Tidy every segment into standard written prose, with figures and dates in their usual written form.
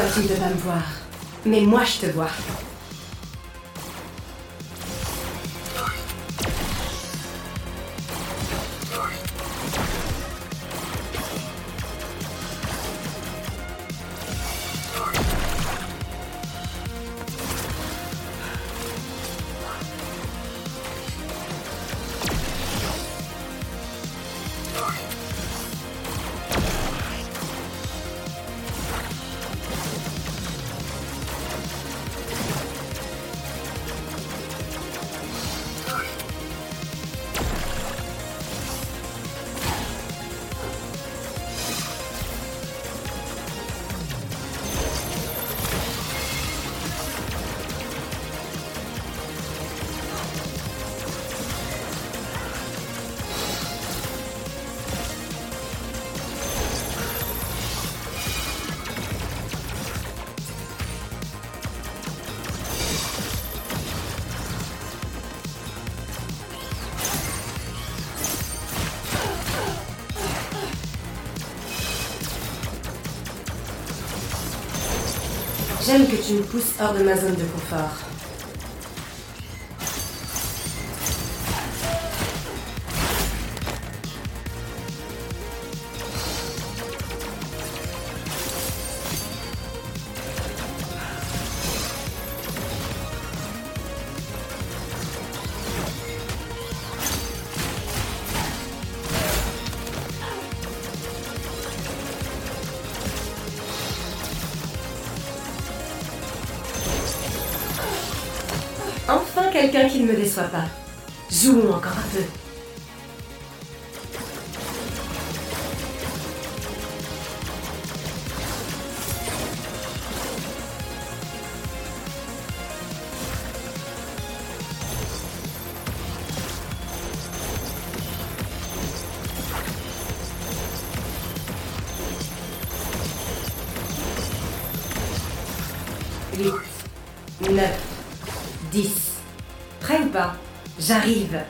tu ne peux pas me voir. Mais moi, je te vois. J'aime que tu me pousses hors de ma zone de confort. Enfin quelqu'un qui ne me déçoit pas. Jouons encore un peu. Huit, 9, 10. Prêt ou pas? J'arrive.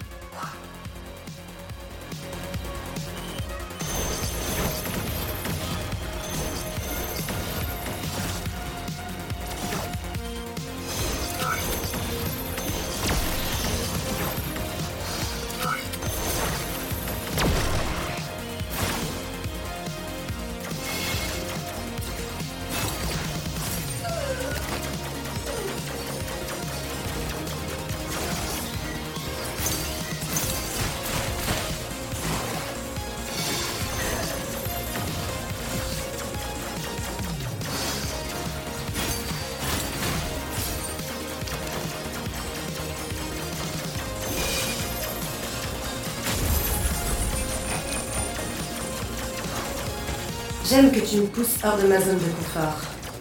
J'aime que tu me pousses hors de ma zone de confort.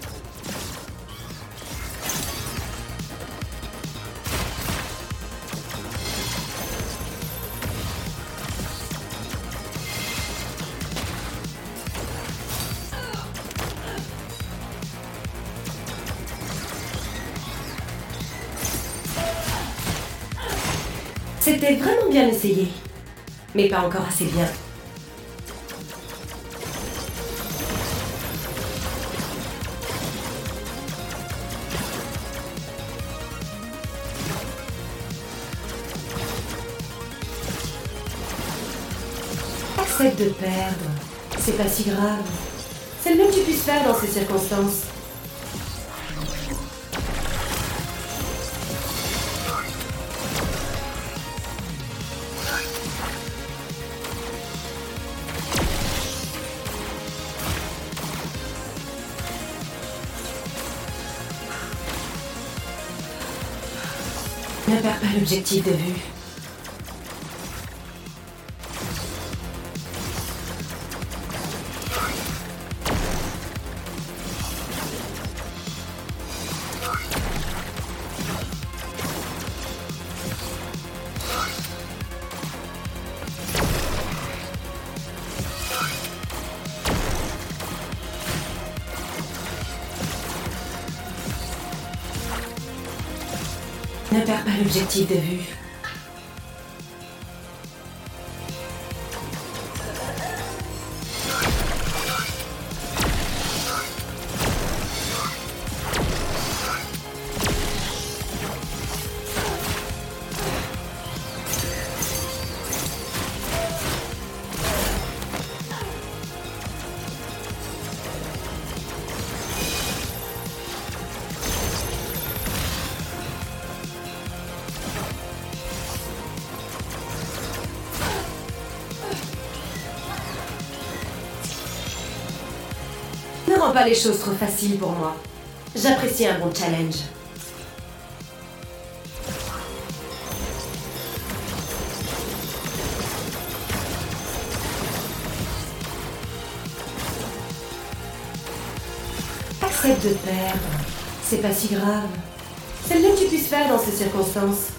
C'était vraiment bien essayé, mais pas encore assez bien. Accepte de perdre, c'est pas si grave. C'est le mieux que tu puisses faire dans ces circonstances. Ne perds pas l'objectif de vue. Ne perds pas l'objectif de vue. pas les choses trop faciles pour moi. J'apprécie un bon challenge. Accepte de perdre. C'est pas si grave. C'est le mieux que tu puisses faire dans ces circonstances.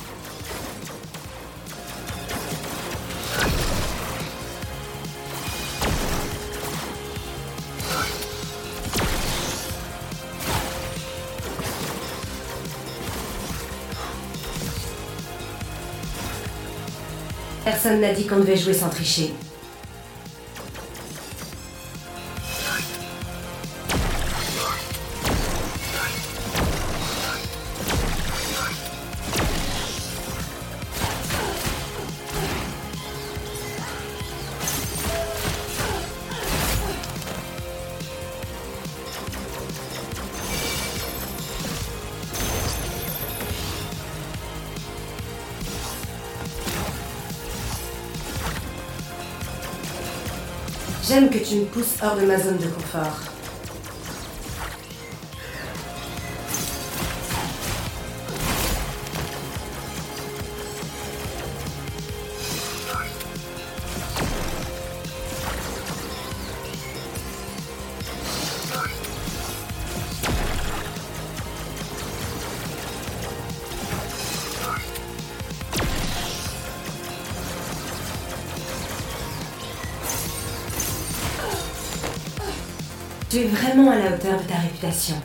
Personne n'a dit qu'on devait jouer sans tricher. J'aime que tu me pousses hors de ma zone de confort. Tu es vraiment à la hauteur de ta réputation.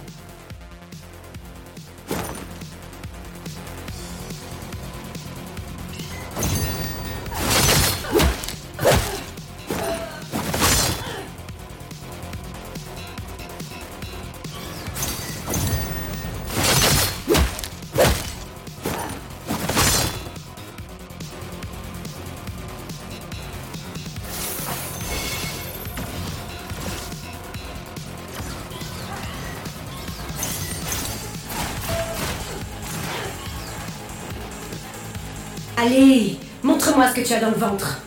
Allez, montre-moi ce que tu as dans le ventre.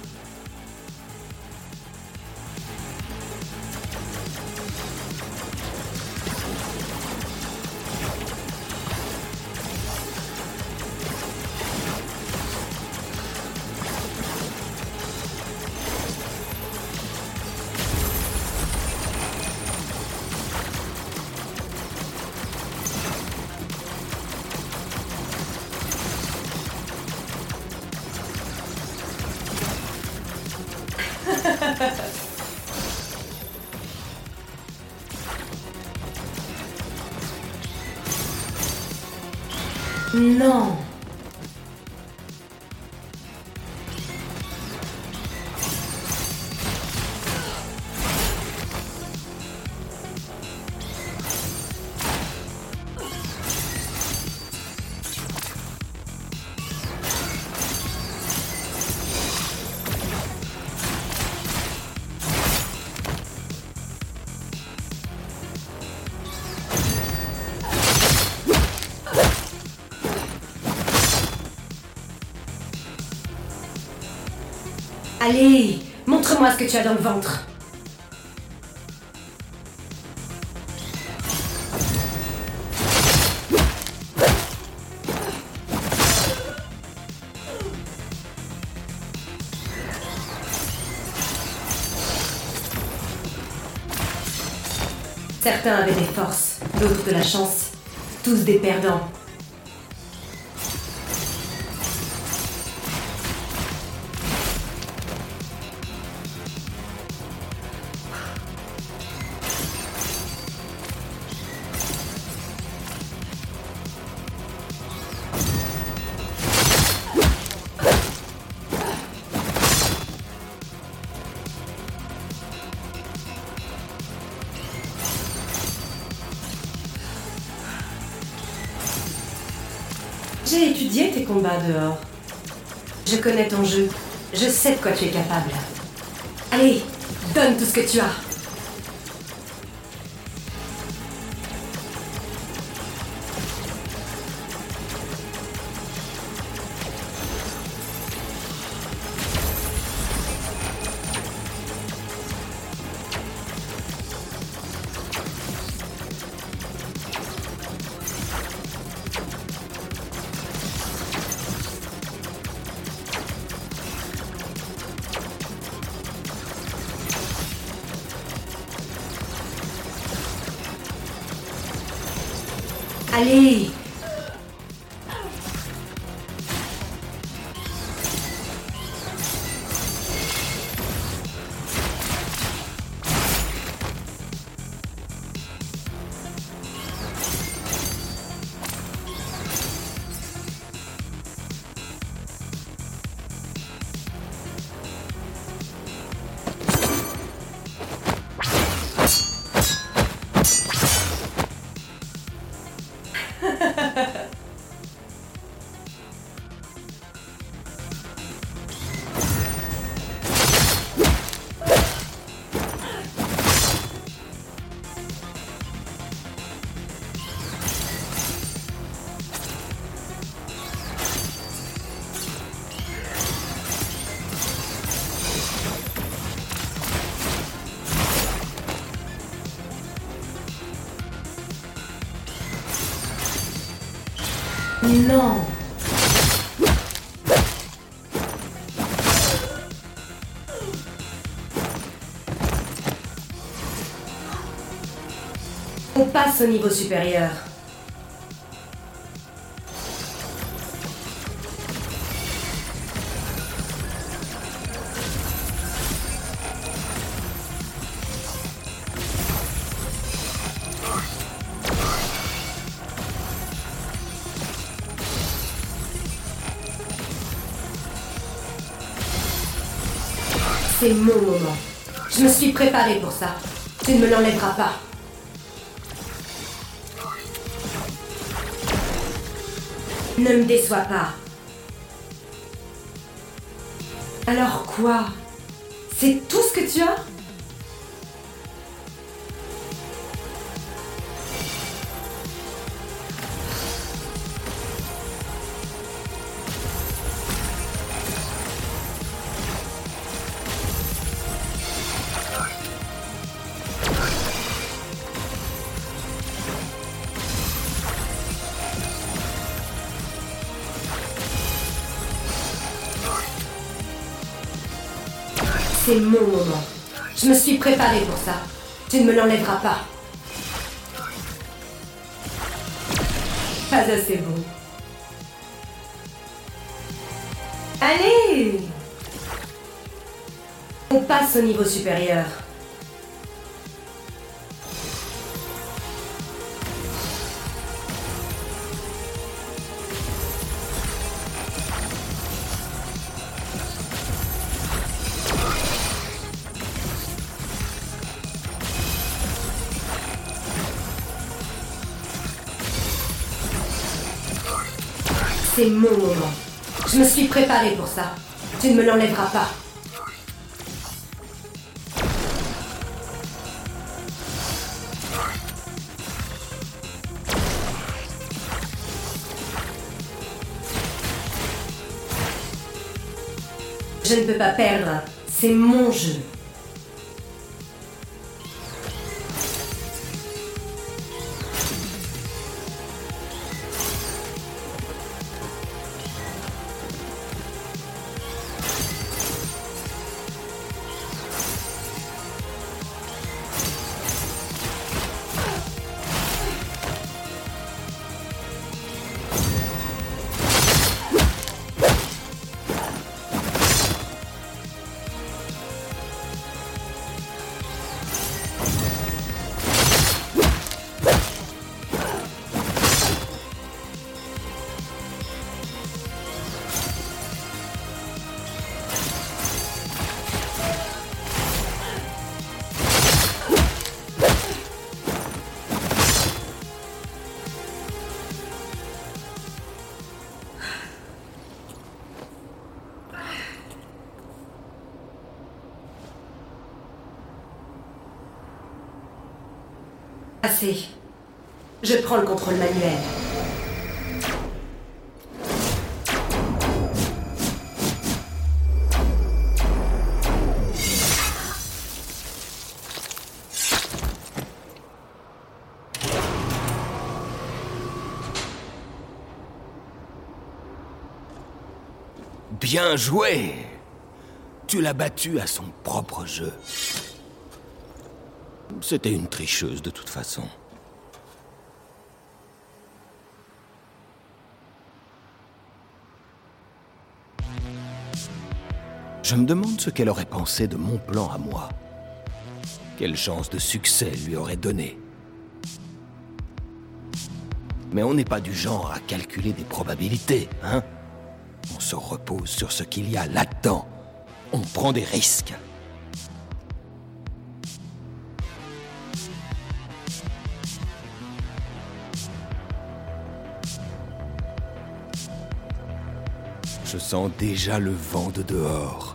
Non. Allez, montre-moi ce que tu as dans le ventre. Certains avaient des forces, d'autres de la chance. Tous des perdants. J'ai étudié tes combats dehors. Je connais ton jeu. Je sais de quoi tu es capable. Allez, donne tout ce que tu as. Allez! Non! On passe au niveau supérieur. C'est mon moment. Je me suis préparée pour ça. Tu ne me l'enlèveras pas. Ne me déçois pas. Alors quoi? C'est tout ce que tu as? C'est mon moment. Je me suis préparée pour ça. Tu ne me l'enlèveras pas. Pas assez bon. Allez! On passe au niveau supérieur. C'est mon moment. Je me suis préparée pour ça. Tu ne me l'enlèveras pas. Je ne peux pas perdre. C'est mon jeu. Assez. Je prends le contrôle manuel. Bien joué! Tu l'as battu à son propre jeu. C'était une tricheuse de toute façon. Je me demande ce qu'elle aurait pensé de mon plan à moi. Quelle chance de succès lui aurait donné. Mais on n'est pas du genre à calculer des probabilités, hein? On se repose sur ce qu'il y a là-dedans. On prend des risques. Je sens déjà le vent de dehors.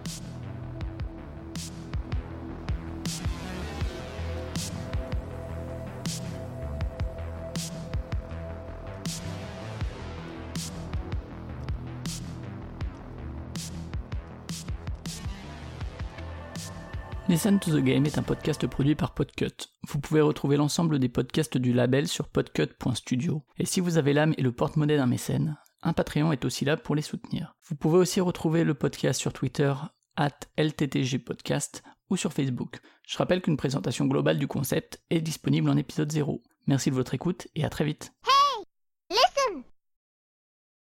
Listen to the Game est un podcast produit par Podcut. Vous pouvez retrouver l'ensemble des podcasts du label sur podcut.studio. Et si vous avez l'âme et le porte-monnaie d'un mécène, un Patreon est aussi là pour les soutenir. Vous pouvez aussi retrouver le podcast sur Twitter @LTTGpodcast ou sur Facebook. Je rappelle qu'une présentation globale du concept est disponible en épisode 0. Merci de votre écoute et à très vite.